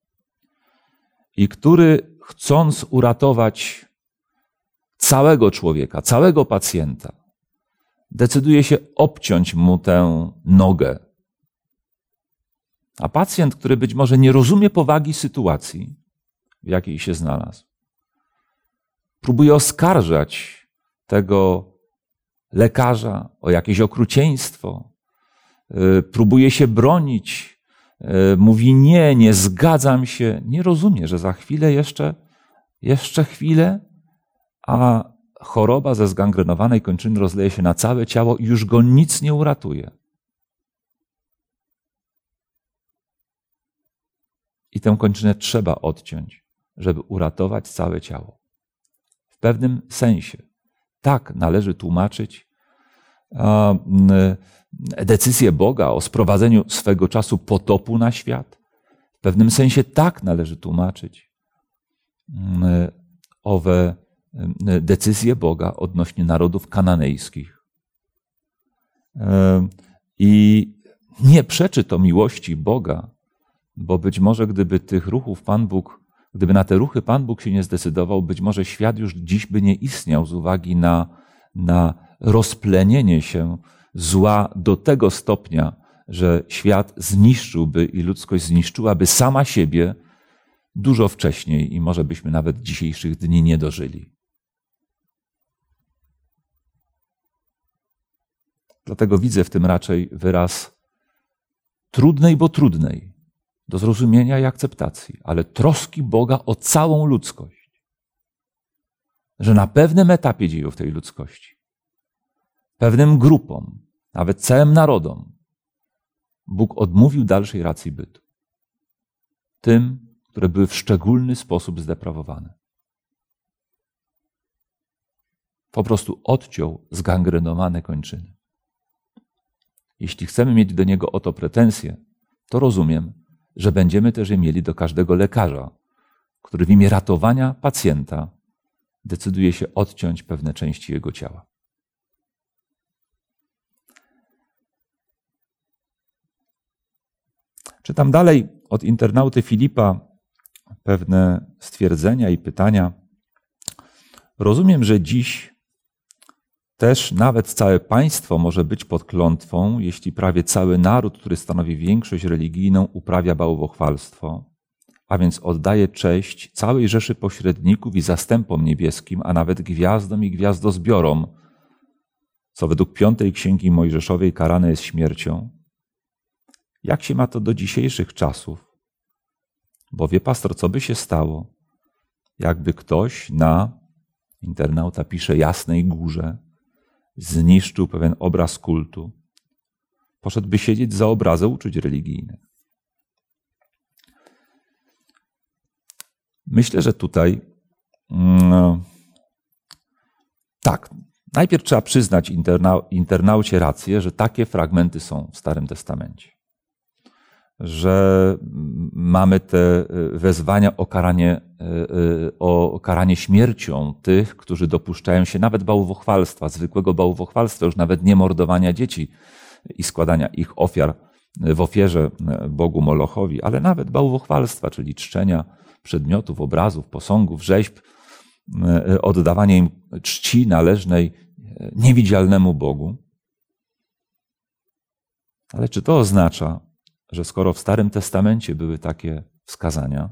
i który, chcąc uratować całego człowieka, całego pacjenta, decyduje się obciąć mu tę nogę. A pacjent, który być może nie rozumie powagi sytuacji, w jakiej się znalazł, próbuje oskarżać tego lekarza o jakieś okrucieństwo, próbuje się bronić, mówi nie, nie zgadzam się, nie rozumie, że za chwilę jeszcze, jeszcze chwilę, a choroba ze zgangrenowanej kończyny rozleje się na całe ciało i już go nic nie uratuje. I tę kończynę trzeba odciąć, żeby uratować całe ciało. W pewnym sensie tak należy tłumaczyć decyzję Boga o sprowadzeniu swego czasu potopu na świat. W pewnym sensie tak należy tłumaczyć owe decyzje Boga odnośnie narodów kananejskich. I nie przeczy to miłości Boga, bo być może gdyby tych ruchów Pan Bóg, gdyby na te ruchy Pan Bóg się nie zdecydował, być może świat już dziś by nie istniał z uwagi na, na rozplenienie się zła do tego stopnia, że świat zniszczyłby i ludzkość zniszczyłaby sama siebie dużo wcześniej i może byśmy nawet dzisiejszych dni nie dożyli. Dlatego widzę w tym raczej wyraz trudnej, bo trudnej do zrozumienia i akceptacji, ale troski Boga o całą ludzkość. Że na pewnym etapie dziejów tej ludzkości, pewnym grupom, nawet całym narodom, Bóg odmówił dalszej racji bytu. Tym, które były w szczególny sposób zdeprawowane. Po prostu odciął zgangrenowane kończyny. Jeśli chcemy mieć do Niego o to pretensje, to rozumiem, że będziemy też je mieli do każdego lekarza, który w imię ratowania pacjenta decyduje się odciąć pewne części jego ciała. Czytam dalej od internauty Filipa pewne stwierdzenia i pytania. Rozumiem, że dziś też nawet całe państwo może być pod klątwą, jeśli prawie cały naród, który stanowi większość religijną, uprawia bałwochwalstwo, a więc oddaje cześć całej rzeszy pośredników i zastępom niebieskim, a nawet gwiazdom i gwiazdozbiorom, co według piątej Księgi Mojżeszowej karane jest śmiercią. Jak się ma to do dzisiejszych czasów? Bo wie pastor, co by się stało, jakby ktoś na, internauta pisze, Jasnej Górze, zniszczył pewien obraz kultu, poszedłby siedzieć za obrazę uczuć religijnych. Myślę, że tutaj no, tak, najpierw trzeba przyznać interna, internaucie rację, że takie fragmenty są w Starym Testamencie. Że mamy te wezwania o karanie, o karanie śmiercią tych, którzy dopuszczają się nawet bałwochwalstwa, zwykłego bałwochwalstwa, już nawet nie mordowania dzieci i składania ich ofiar w ofierze Bogu Molochowi, ale nawet bałwochwalstwa, czyli czczenia przedmiotów, obrazów, posągów, rzeźb, oddawania im czci należnej niewidzialnemu Bogu. Ale czy to oznacza, że skoro w Starym Testamencie były takie wskazania,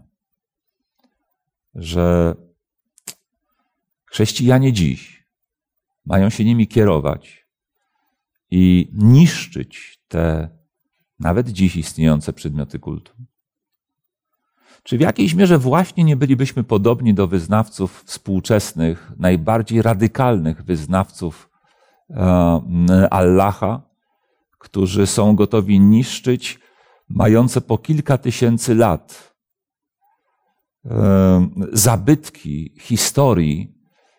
że chrześcijanie dziś mają się nimi kierować i niszczyć te nawet dziś istniejące przedmioty kultu? Czy w jakiejś mierze właśnie nie bylibyśmy podobni do wyznawców współczesnych, najbardziej radykalnych wyznawców Allaha, którzy są gotowi niszczyć mające po kilka tysięcy lat zabytki historii,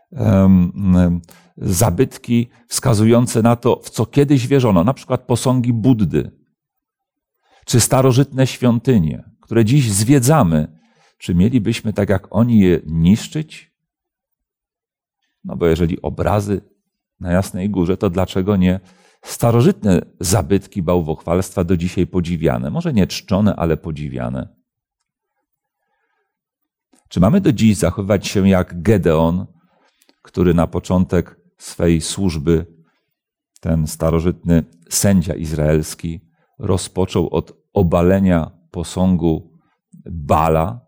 zabytki wskazujące na to, w co kiedyś wierzono, na przykład posągi Buddy, czy starożytne świątynie, które dziś zwiedzamy, czy mielibyśmy tak jak oni je niszczyć? No bo jeżeli obrazy na Jasnej Górze, to dlaczego nie starożytne zabytki bałwochwalstwa do dzisiaj podziwiane? Może nie czczone, ale podziwiane. Czy mamy do dziś zachowywać się jak Gedeon, który na początek swej służby, ten starożytny sędzia izraelski, rozpoczął od obalenia posągu Bala,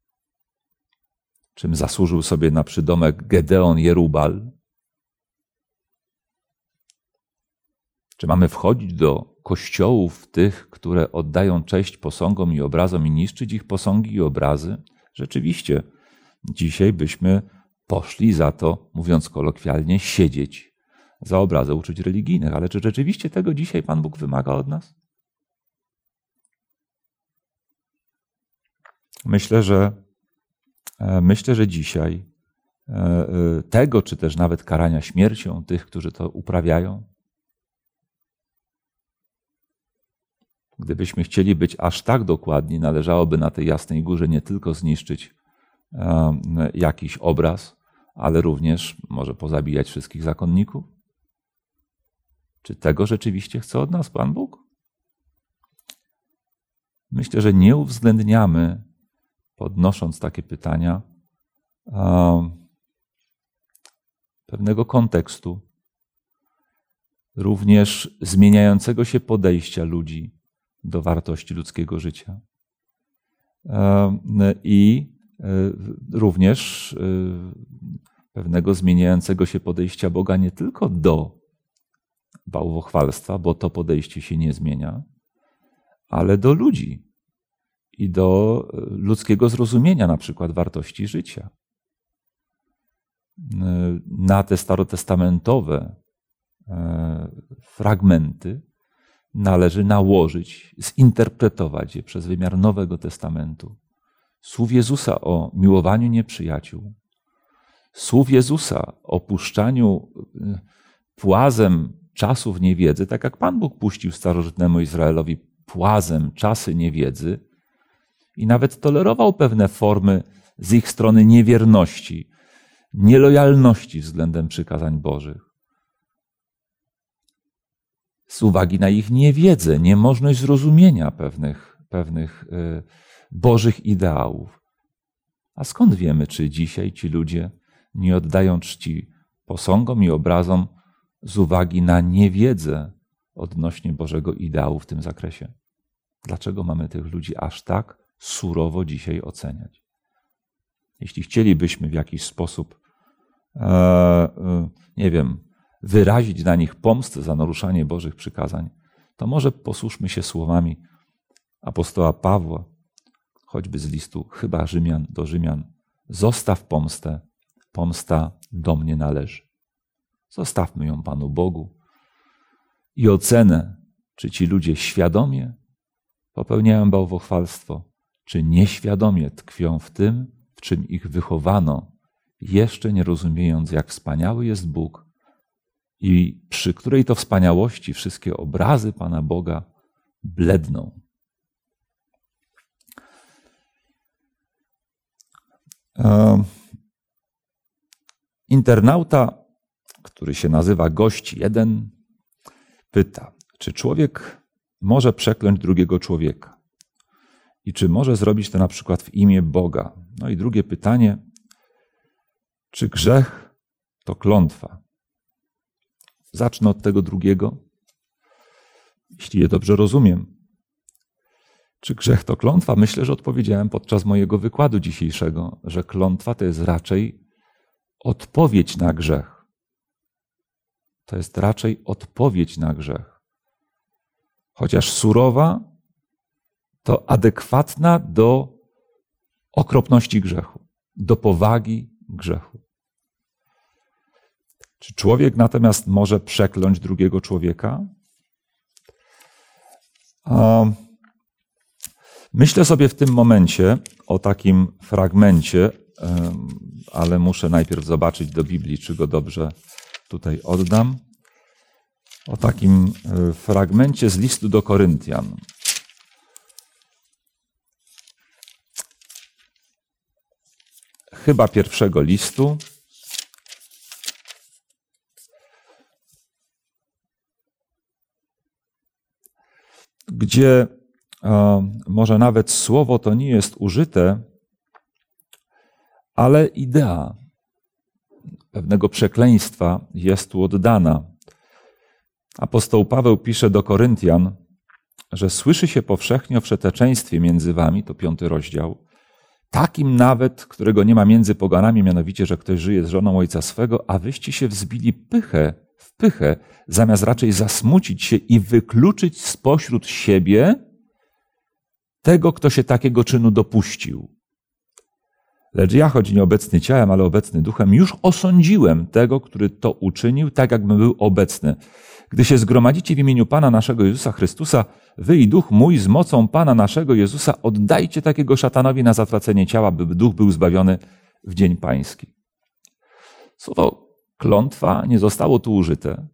czym zasłużył sobie na przydomek Gedeon Jerubal? Czy mamy wchodzić do kościołów tych, które oddają cześć posągom i obrazom i niszczyć ich posągi i obrazy? Rzeczywiście, dzisiaj byśmy poszli za to, mówiąc kolokwialnie, siedzieć za obrazy uczuć religijnych. Ale czy rzeczywiście tego dzisiaj Pan Bóg wymaga od nas? Myślę, że myślę, że dzisiaj tego, czy też nawet karania śmiercią tych, którzy to uprawiają, gdybyśmy chcieli być aż tak dokładni, należałoby na tej Jasnej Górze nie tylko zniszczyć jakiś obraz, ale również może pozabijać wszystkich zakonników? Czy tego rzeczywiście chce od nas Pan Bóg? Myślę, że nie uwzględniamy, podnosząc takie pytania, pewnego kontekstu, również zmieniającego się podejścia ludzi do wartości ludzkiego życia. I również pewnego zmieniającego się podejścia Boga nie tylko do bałwochwalstwa, bo to podejście się nie zmienia, ale do ludzi i do ludzkiego zrozumienia na przykład wartości życia. Na te starotestamentowe fragmenty należy nałożyć, zinterpretować je przez wymiar Nowego Testamentu. Słów Jezusa o miłowaniu nieprzyjaciół, słów Jezusa o puszczaniu płazem czasów niewiedzy, tak jak Pan Bóg puścił starożytnemu Izraelowi płazem czasy niewiedzy i nawet tolerował pewne formy z ich strony niewierności, nielojalności względem przykazań Bożych. Z uwagi na ich niewiedzę, niemożność zrozumienia pewnych, pewnych y, Bożych ideałów. A skąd wiemy, czy dzisiaj ci ludzie nie oddają czci posągom i obrazom z uwagi na niewiedzę odnośnie Bożego ideału w tym zakresie? Dlaczego mamy tych ludzi aż tak surowo dzisiaj oceniać? Jeśli chcielibyśmy w jakiś sposób, e, e, nie wiem, wyrazić na nich pomstę za naruszanie Bożych przykazań, to może posłuszmy się słowami apostoła Pawła, choćby z listu chyba Rzymian do Rzymian. Zostaw pomstę, pomsta do mnie należy. Zostawmy ją Panu Bogu i ocenę, czy ci ludzie świadomie popełniają bałwochwalstwo, czy nieświadomie tkwią w tym, w czym ich wychowano, jeszcze nie rozumiejąc, jak wspaniały jest Bóg i przy której to wspaniałości wszystkie obrazy Pana Boga bledną. Internauta, który się nazywa Gość jeden, pyta, czy człowiek może przekląć drugiego człowieka i czy może zrobić to na przykład w imię Boga. No i drugie pytanie, czy grzech to klątwa? Zacznę od tego drugiego, jeśli je dobrze rozumiem. Czy grzech to klątwa? Myślę, że odpowiedziałem podczas mojego wykładu dzisiejszego, że klątwa to jest raczej odpowiedź na grzech. To jest raczej odpowiedź na grzech. Chociaż surowa, to adekwatna do okropności grzechu, do powagi grzechu. Czy człowiek natomiast może przekląć drugiego człowieka? Myślę sobie w tym momencie o takim fragmencie, ale muszę najpierw zobaczyć do Biblii, czy go dobrze tutaj oddam. O takim fragmencie z listu do Koryntian. Chyba pierwszego listu. Gdzie może nawet słowo to nie jest użyte, ale idea pewnego przekleństwa jest tu oddana. Apostoł Paweł pisze do Koryntian, że słyszy się powszechnie o wszeteczeństwie między wami, to piąty rozdział, takim nawet, którego nie ma między poganami, mianowicie, że ktoś żyje z żoną ojca swego, a wyście się wzbili pychę, w pychę, zamiast raczej zasmucić się i wykluczyć spośród siebie tego, kto się takiego czynu dopuścił. Lecz ja, choć nieobecny ciałem, ale obecny duchem, już osądziłem tego, który to uczynił, tak jakbym był obecny. Gdy się zgromadzicie w imieniu Pana naszego Jezusa Chrystusa, wy i duch mój z mocą Pana naszego Jezusa oddajcie takiego szatanowi na zatracenie ciała, by duch był zbawiony w dzień pański. Słowo klątwa nie zostało tu użyte,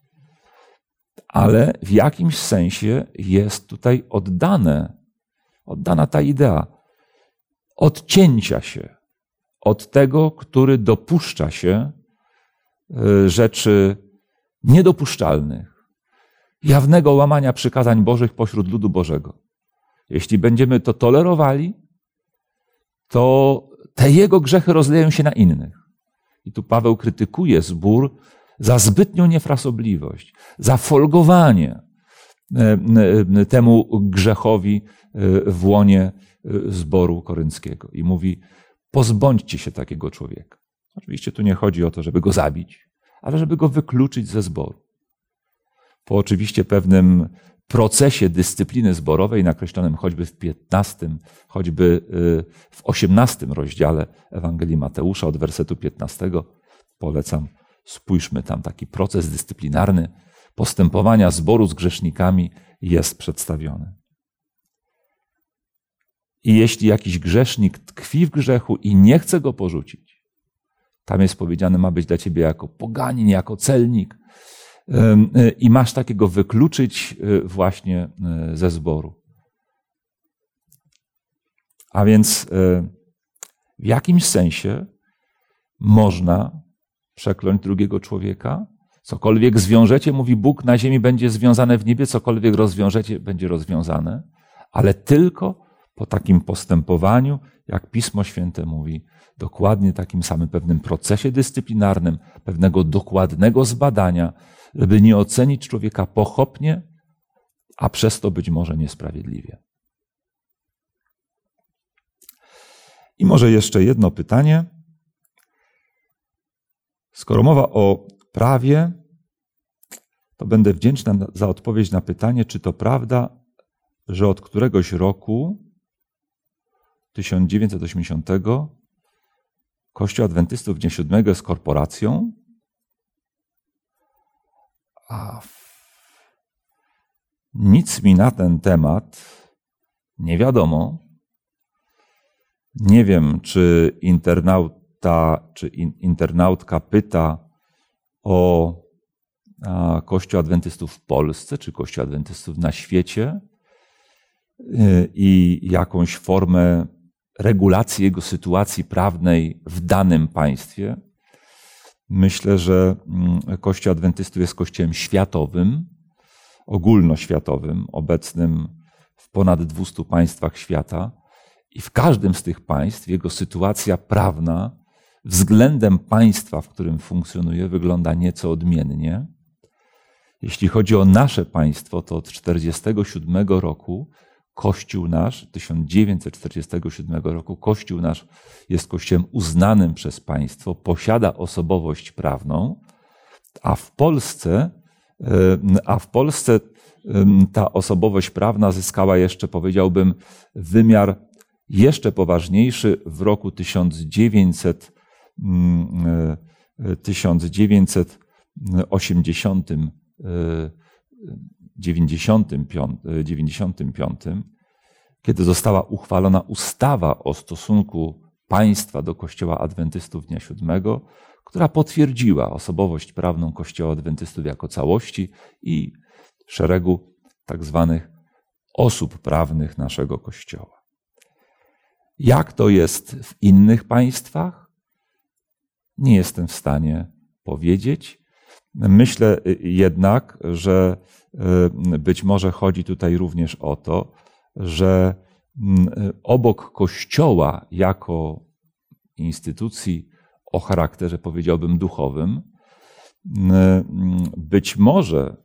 ale w jakimś sensie jest tutaj oddane, oddana ta idea odcięcia się od tego, który dopuszcza się rzeczy niedopuszczalnych, jawnego łamania przykazań Bożych pośród ludu Bożego. Jeśli będziemy to tolerowali, to te jego grzechy rozleją się na innych. I tu Paweł krytykuje zbór za zbytnią niefrasobliwość, za folgowanie temu grzechowi w łonie zboru korynckiego. I mówi, pozbądźcie się takiego człowieka. Oczywiście tu nie chodzi o to, żeby go zabić, ale żeby go wykluczyć ze zboru. Po oczywiście pewnym procesie dyscypliny zborowej, nakreślonym choćby w piętnastym, choćby w osiemnastym rozdziale Ewangelii Mateusza od wersetu piętnastego, polecam, spójrzmy tam, taki proces dyscyplinarny postępowania zboru z grzesznikami jest przedstawiony. I jeśli jakiś grzesznik tkwi w grzechu i nie chce go porzucić, tam jest powiedziane, ma być dla ciebie jako poganin, jako celnik i masz takiego wykluczyć właśnie ze zboru. A więc w jakimś sensie można przekląć drugiego człowieka. Cokolwiek zwiążecie, mówi Bóg, na ziemi będzie związane w niebie, cokolwiek rozwiążecie, będzie rozwiązane, ale tylko po takim postępowaniu, jak Pismo Święte mówi, dokładnie takim samym pewnym procesie dyscyplinarnym, pewnego dokładnego zbadania, żeby nie ocenić człowieka pochopnie, a przez to być może niesprawiedliwie. I może jeszcze jedno pytanie. Skoro mowa o prawie, to będę wdzięczny za odpowiedź na pytanie, czy to prawda, że od któregoś roku tysiąc dziewięćset osiemdziesiątego Kościół Adwentystów Dnia Siódmego jest korporacją, a nic mi na ten temat nie wiadomo. Nie wiem, czy internauta, czy internautka pyta o Kościół Adwentystów w Polsce, czy Kościół Adwentystów na świecie i jakąś formę regulacji jego sytuacji prawnej w danym państwie. Myślę, że Kościół Adwentystów jest kościołem światowym, ogólnoświatowym, obecnym w ponad dwustu państwach świata i w każdym z tych państw jego sytuacja prawna względem państwa, w którym funkcjonuje, wygląda nieco odmiennie. Jeśli chodzi o nasze państwo, to od tysiąc dziewięćset czterdziestego siódmego roku Kościół nasz, tysiąc dziewięćset czterdziestego siódmego roku, Kościół nasz jest kościołem uznanym przez państwo, posiada osobowość prawną, a w Polsce, a w Polsce ta osobowość prawna zyskała jeszcze, powiedziałbym, wymiar jeszcze poważniejszy w roku tysiąc dziewięćset osiemdziesiątym, dziewięćdziesiątym piątym, kiedy została uchwalona ustawa o stosunku państwa do Kościoła Adwentystów Dnia Siódmego, która potwierdziła osobowość prawną Kościoła Adwentystów jako całości i szeregu tak zwanych osób prawnych naszego Kościoła. Jak to jest w innych państwach? Nie jestem w stanie powiedzieć. Myślę jednak, że być może chodzi tutaj również o to, że obok Kościoła jako instytucji o charakterze, powiedziałbym, duchowym, być może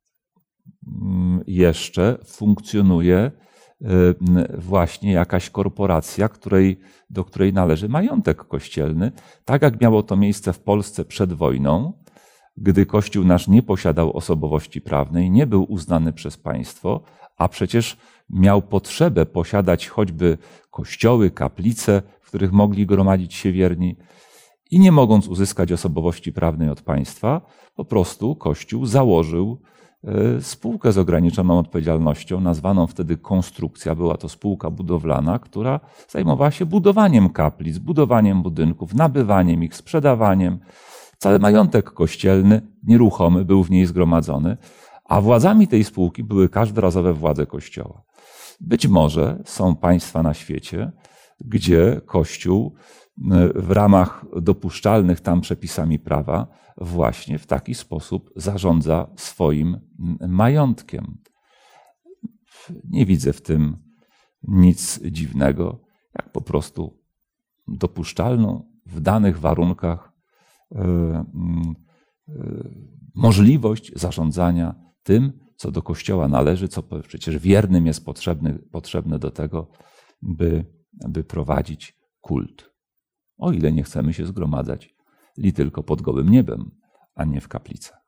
jeszcze funkcjonuje właśnie jakaś korporacja, której, do której należy majątek kościelny, tak jak miało to miejsce w Polsce przed wojną, gdy Kościół nasz nie posiadał osobowości prawnej, nie był uznany przez państwo, a przecież miał potrzebę posiadać choćby kościoły, kaplice, w których mogli gromadzić się wierni i nie mogąc uzyskać osobowości prawnej od państwa, po prostu Kościół założył spółkę z ograniczoną odpowiedzialnością, nazwaną wtedy konstrukcja. Była to spółka budowlana, która zajmowała się budowaniem kaplic, budowaniem budynków, nabywaniem ich, sprzedawaniem. Cały majątek kościelny, nieruchomy, był w niej zgromadzony, a władzami tej spółki były każdorazowe władze Kościoła. Być może są państwa na świecie, gdzie Kościół w ramach dopuszczalnych tam przepisami prawa właśnie w taki sposób zarządza swoim majątkiem. Nie widzę w tym nic dziwnego, jak po prostu dopuszczalną w danych warunkach yy, yy, możliwość zarządzania tym, co do Kościoła należy, co przecież wiernym jest potrzebny, potrzebne do tego, by, by prowadzić kult. O ile nie chcemy się zgromadzać li tylko pod gołym niebem, a nie w kaplicach.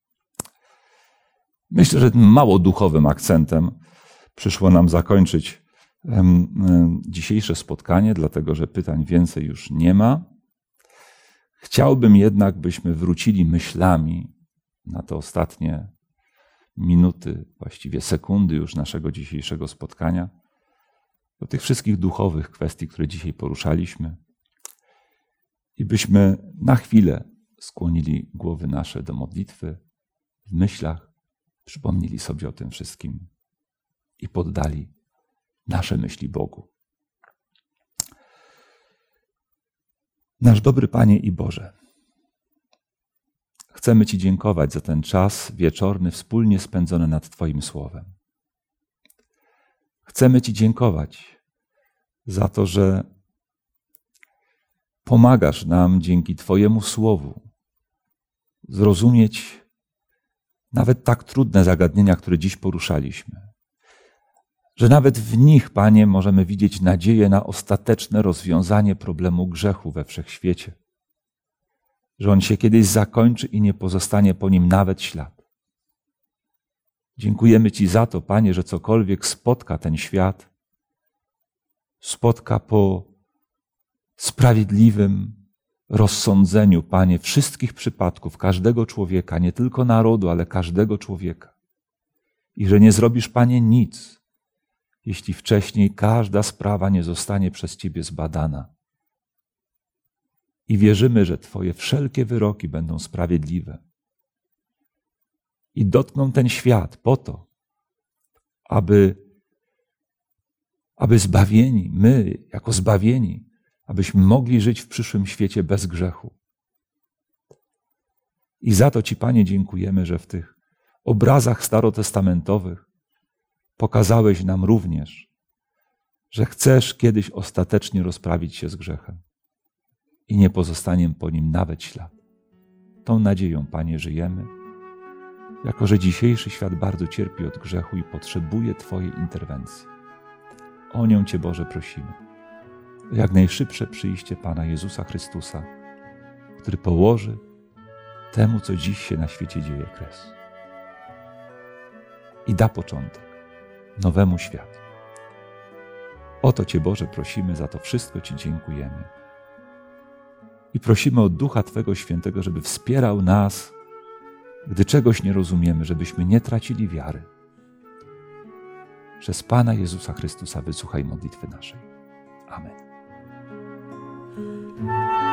Myślę, że tym mało duchowym akcentem przyszło nam zakończyć um, um, dzisiejsze spotkanie, dlatego że pytań więcej już nie ma. Chciałbym jednak, byśmy wrócili myślami na te ostatnie minuty, właściwie sekundy już naszego dzisiejszego spotkania, do tych wszystkich duchowych kwestii, które dzisiaj poruszaliśmy i byśmy na chwilę skłonili głowy nasze do modlitwy, w myślach przypomnieli sobie o tym wszystkim i poddali nasze myśli Bogu. Nasz dobry Panie i Boże, chcemy Ci dziękować za ten czas wieczorny wspólnie spędzony nad Twoim Słowem. Chcemy Ci dziękować za to, że pomagasz nam dzięki Twojemu Słowu zrozumieć nawet tak trudne zagadnienia, które dziś poruszaliśmy. Że nawet w nich, Panie, możemy widzieć nadzieję na ostateczne rozwiązanie problemu grzechu we wszechświecie. Że on się kiedyś zakończy i nie pozostanie po nim nawet ślad. Dziękujemy Ci za to, Panie, że cokolwiek spotka ten świat, spotka po sprawiedliwym rozsądzeniu, Panie, wszystkich przypadków, każdego człowieka, nie tylko narodu, ale każdego człowieka. I że nie zrobisz, Panie, nic, jeśli wcześniej każda sprawa nie zostanie przez Ciebie zbadana. I wierzymy, że Twoje wszelkie wyroki będą sprawiedliwe. I dotkną ten świat po to, aby, aby zbawieni, my jako zbawieni, abyśmy mogli żyć w przyszłym świecie bez grzechu. I za to Ci, Panie, dziękujemy, że w tych obrazach starotestamentowych pokazałeś nam również, że chcesz kiedyś ostatecznie rozprawić się z grzechem i nie pozostanie po nim nawet ślad. Tą nadzieją, Panie, żyjemy, jako że dzisiejszy świat bardzo cierpi od grzechu i potrzebuje Twojej interwencji. O nią Cię, Boże, prosimy. Jak najszybsze przyjście Pana Jezusa Chrystusa, który położy temu, co dziś się na świecie dzieje, kres. I da początek nowemu światu. O to Cię, Boże, prosimy, za to wszystko Ci dziękujemy. I prosimy od Ducha Twego Świętego, żeby wspierał nas, gdy czegoś nie rozumiemy, żebyśmy nie tracili wiary. Przez Pana Jezusa Chrystusa wysłuchaj modlitwy naszej. Amen.